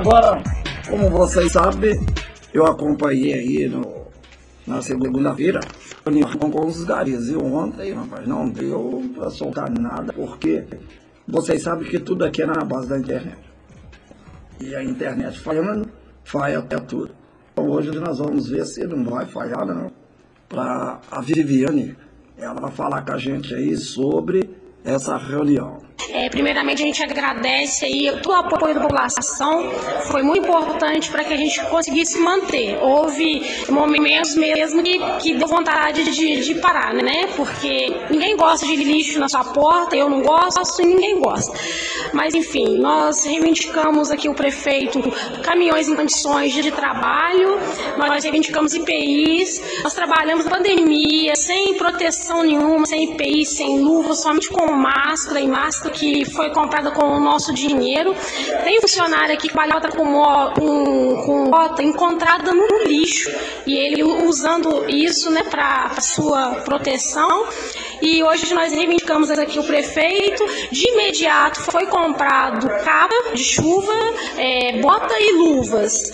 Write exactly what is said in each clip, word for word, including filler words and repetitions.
Agora, como vocês sabem, eu acompanhei aí no, na segunda-feira com os garis. E ontem, rapaz, não deu para soltar nada, porque vocês sabem que tudo aqui é na base da internet. E a internet falhando, falha até tudo. Então hoje nós vamos ver se não vai falhar, não. Para a Viviane, ela vai falar com a gente aí sobre essa reunião. É, primeiramente a gente agradece aí todo o apoio da população, foi muito importante para que a gente conseguisse manter. Houve momentos mesmo que, que deu vontade de, de parar, né? Porque ninguém gosta de lixo na sua porta, eu não gosto e ninguém gosta. Mas enfim, nós reivindicamos aqui o prefeito caminhões em condições de trabalho, nós reivindicamos I P Is, nós trabalhamos na pandemia sem proteção nenhuma, sem I P I, sem luva, somente com máscara e máscara que foi comprada com o nosso dinheiro. Tem um funcionário aqui que trabalhava com, com, com bota encontrada no lixo e ele usando isso, né, para sua proteção. E hoje nós reivindicamos aqui o prefeito. De imediato foi comprado capa de chuva, é, bota e luvas.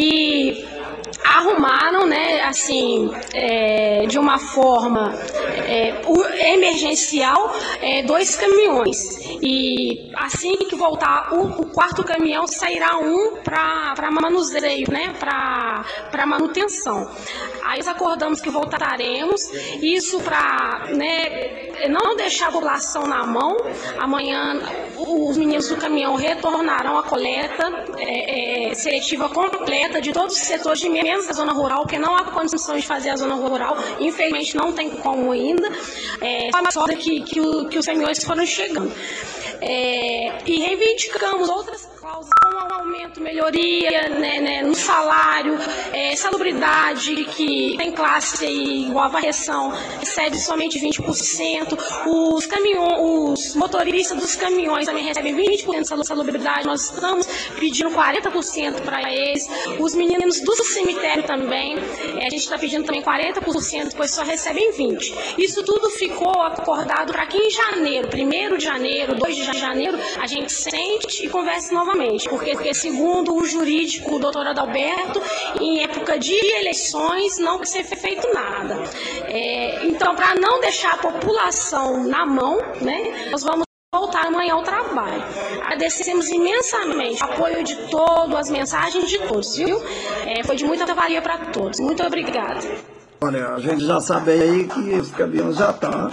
E arrumaram, né, assim, é, de uma forma é, emergencial, é, dois caminhões. E assim que voltar o, o quarto caminhão, sairá um para manuseio, né, para manutenção. Aí nós acordamos que voltaremos, isso para, né, não deixar a população na mão. Amanhã os meninos do caminhão retornarão à coleta é, é, seletiva completa de todos os setores, de menos da zona rural, porque não há condições de fazer a zona rural, infelizmente não tem como ainda, é, só que, que, o, que os caminhões foram chegando. É, e reivindicamos outras cláusulas, como o aumento, melhoria, né, né, no salário, é, salubridade, que tem classe aí, igual a varreção, recebe somente vinte por cento, os, caminhões, os motoristas dos caminhões também recebem vinte por cento de salubridade, nós estamos pedindo quarenta por cento para eles, os meninos do cemitério também, é, a gente está pedindo também quarenta por cento, pois só recebem vinte por cento. Isso tudo ficou acordado para que em janeiro, primeiro de janeiro, dois de janeiro, a gente sente e converse novamente, porque, porque segundo o jurídico, o doutor Adalberto, em época de eleições não vai ser feito nada. É, então, para não deixar a população na mão, né, nós vamos voltar amanhã ao trabalho. Agradecemos imensamente o apoio de todos, as mensagens de todos, viu? É, foi de muita valia para todos. Muito obrigada. Olha, a gente já sabe aí que os caminhões já estão.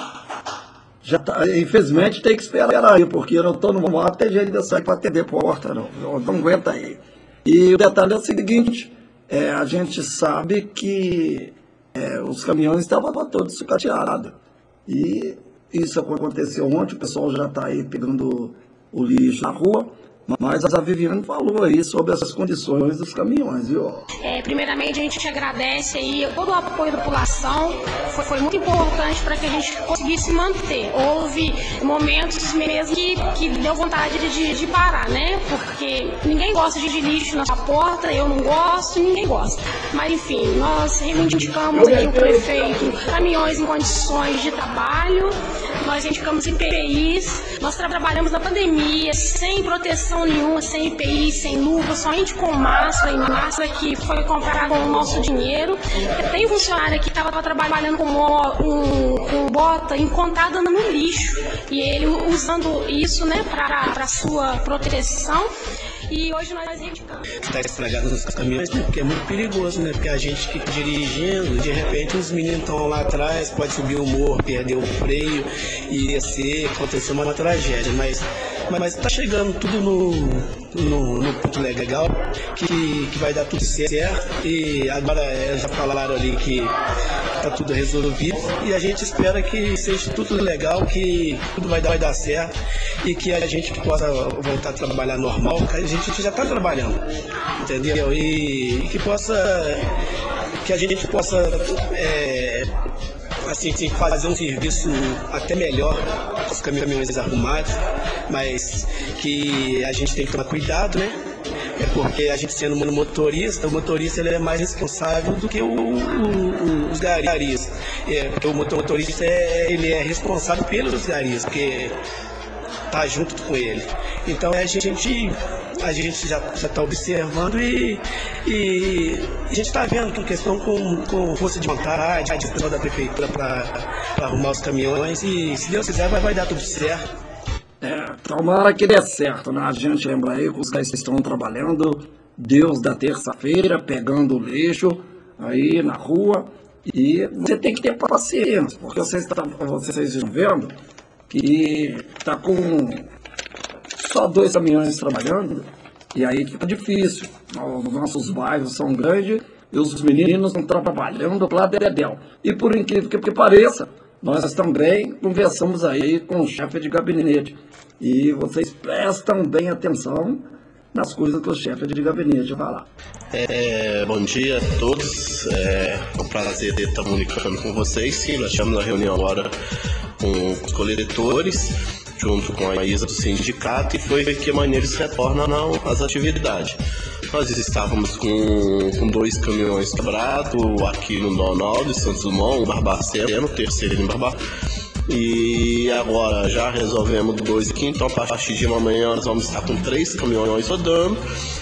Já tá, infelizmente tem que esperar aí, porque eu não estou no mato, tem gente ainda sai para atender porta, não, não, não aguenta aí. E o detalhe é o seguinte, é, a gente sabe que é, os caminhões estavam todos sucateados. E isso aconteceu ontem, o pessoal já está aí pegando o lixo na rua. Mas a Viviane falou aí sobre essas condições dos caminhões, viu? É, primeiramente, a gente agradece aí todo o apoio da população. Foi, foi muito importante para que a gente conseguisse manter. Houve momentos mesmo que, que deu vontade de, de parar, né? Porque ninguém gosta de lixo na sua porta, eu não gosto, ninguém gosta. Mas, enfim, nós reivindicamos aí o prefeito, caminhões em condições de trabalho, nós reivindicamos I P Is, nós trabalhamos na pandemia sem proteção nenhuma, sem I P I, sem luva, somente com máscara e máscara que foi comprada com o nosso dinheiro. Tem funcionário aqui que estava trabalhando com, um, com bota encontrada no lixo e ele usando isso, né, para sua proteção. E hoje nós reivindicamos. Está estragado nos caminhões, né? Porque é muito perigoso, né? Porque a gente fica dirigindo, de repente os meninos estão lá atrás, pode subir o morro, perder o freio e descer, acontecer uma, uma tragédia. Mas mas está chegando tudo no, no, no ponto legal, que, que vai dar tudo certo. E agora já falaram ali que está tudo resolvido. E a gente espera que seja tudo legal, que tudo vai dar, vai dar certo e que a gente possa voltar a trabalhar normal. A gente já está trabalhando, entendeu? E, e que possa, que a gente possa é, assim, assim, fazer um serviço até melhor, os caminhões arrumados, mas que a gente tem que tomar cuidado, né? É porque a gente sendo motorista, o motorista ele é mais responsável do que o, o, o, os garis. É, porque o motorista é, ele é responsável pelos garis, porque tá junto com ele. Então a gente a gente já está observando e, e a gente está vendo que questão com, com força de vontade, a discussão da prefeitura para arrumar os caminhões e, se Deus quiser, vai, vai dar tudo certo. É, tomara que dê certo, né? A gente lembra aí que os caras estão trabalhando Deus da terça-feira, pegando o lixo aí na rua, e você tem que ter paciência, porque vocês, tá, vocês estão vendo que está com só dois caminhões trabalhando, e aí fica difícil. Os nossos bairros são grandes e os meninos estão trabalhando lá dedéu. E por incrível que pareça, nós também conversamos aí com o chefe de gabinete. E vocês prestam bem atenção nas coisas que o chefe de gabinete vai lá. É, bom dia a todos. É um prazer estar comunicando com vocês. Sim, nós tivemos uma reunião agora com os coletores, junto com a Isa do sindicato, e foi que maneira eles retornam às atividades. Nós estávamos com, com dois caminhões quebrados aqui no Donaldo, em Santos Dumont, Barbacena, o terceiro em Barbacena. E agora já resolvemos dois aqui, então a partir de amanhã nós vamos estar com três caminhões rodando.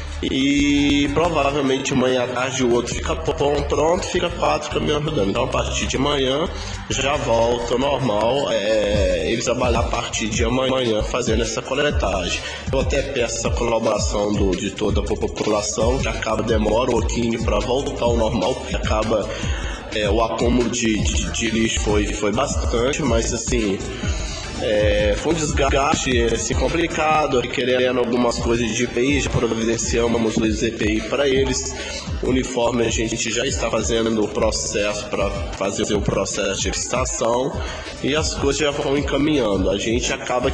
E provavelmente amanhã à tarde o outro fica pronto, fica quatro caminhões rodando. Então a partir de amanhã já volta ao normal, é, eles trabalhar a partir de amanhã fazendo essa coletagem. Eu até peço essa colaboração do, de toda a população, que acaba demora um pouquinho para voltar ao normal, porque acaba é, o acúmulo de, de, de lixo foi, foi bastante, mas assim... É, foi um desgaste assim, complicado, querendo algumas coisas de E P I, já providenciamos os E P I para eles. O uniforme a gente já está fazendo o processo para fazer o processo de licitação e as coisas já vão encaminhando. A gente acaba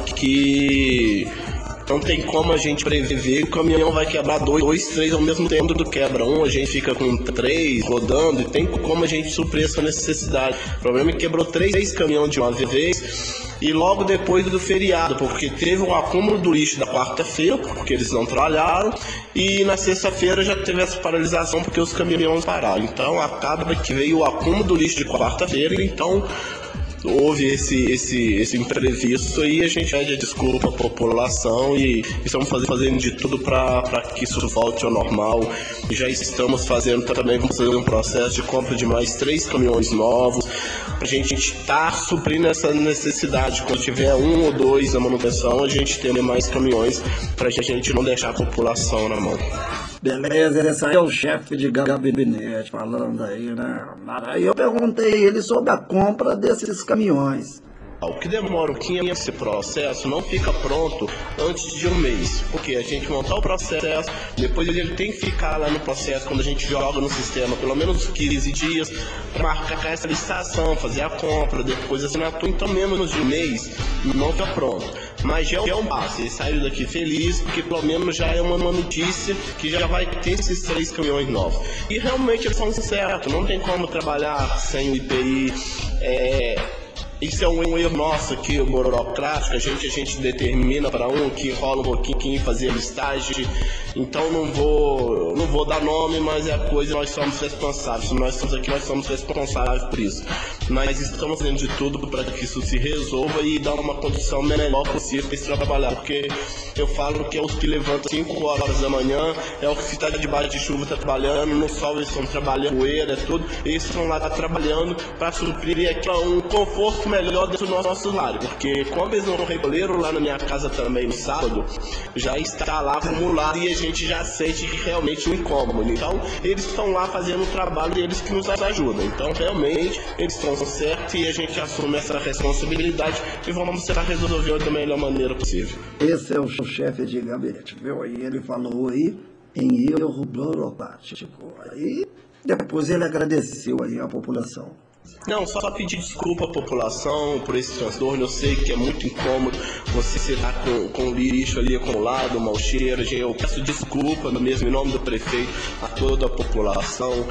que não tem como a gente prever que o caminhão vai quebrar dois, dois, três ao mesmo tempo do quebra um, a gente fica com três rodando e tem como a gente suprir essa necessidade. O problema é que quebrou três, três caminhões de uma vez. E logo depois do feriado, porque teve um acúmulo do lixo da quarta-feira, porque eles não trabalharam, e na sexta-feira já teve essa paralisação porque os caminhões pararam. Então acaba que veio o acúmulo do lixo de quarta-feira, então houve esse, esse, esse imprevisto e a gente pede desculpa à população e estamos fazendo de tudo para que isso volte ao normal. Já estamos fazendo também, vamos fazer um processo de compra de mais três caminhões novos, para a gente estar suprindo essa necessidade. Quando tiver um ou dois na manutenção, a gente tem mais caminhões para a gente não deixar a população na mão. Beleza, esse aí é o chefe de gabinete falando aí, né? Aí eu perguntei ele sobre a compra desses caminhões. O que demora um pouquinho esse processo não fica pronto antes de um mês, porque a gente montar o processo, depois ele tem que ficar lá no processo quando a gente joga no sistema pelo menos quinze dias para marcar essa licitação, fazer a compra, depois assinatura. Então menos de um mês não fica pronto, mas já é um passo. Ele saiu daqui feliz porque pelo menos já é uma notícia que já vai ter esses três caminhões novos e realmente eles são certos, não tem como trabalhar sem o I P I. é... Isso é um erro nosso aqui, o burocrático, a gente, a gente determina para um que rola um pouquinho fazer listagem, então não vou, não vou dar nome, mas é a coisa, nós somos responsáveis, se nós estamos aqui, nós somos responsáveis por isso. Nós estamos fazendo de tudo para que isso se resolva e dar uma condição melhor possível para esse trabalhar, porque eu falo que é os que levantam cinco horas da manhã, é o que se está debaixo de chuva está trabalhando, no sol eles estão trabalhando, poeira, é tudo, eles estão lá tá trabalhando para suprir aqui um conforto melhor dentro do nosso lar, porque como eles não recolheram lá na minha casa também no sábado, já está lá acumulado e a gente já sente que realmente é um incômodo. Então eles estão lá fazendo o trabalho deles que nos ajuda. Então realmente eles estão certos e a gente assume essa responsabilidade e vamos tentar resolver da melhor maneira possível. Esse é o chefe de gabinete, viu? Aí ele falou aí em erro burocrático. Aí depois ele agradeceu aí a população. Não, só pedir desculpa à população por esse transtorno. Eu sei que é muito incômodo você estar com, com lixo ali acumulado, mau cheiro. Eu peço desculpa mesmo em nome do prefeito a toda a população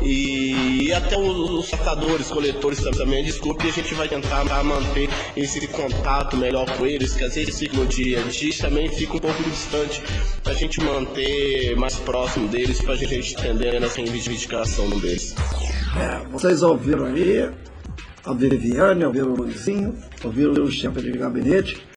e até os, os catadores, coletores também. Desculpe, e a gente vai tentar manter esse contato melhor com eles, que às vezes fica no dia a dia, também fica um pouco distante, para a gente manter mais próximo deles, para a gente entender essa reivindicação deles. É, vocês ouviram aí a Viviane, ouviram o Luizinho, ouviram o chefe de gabinete.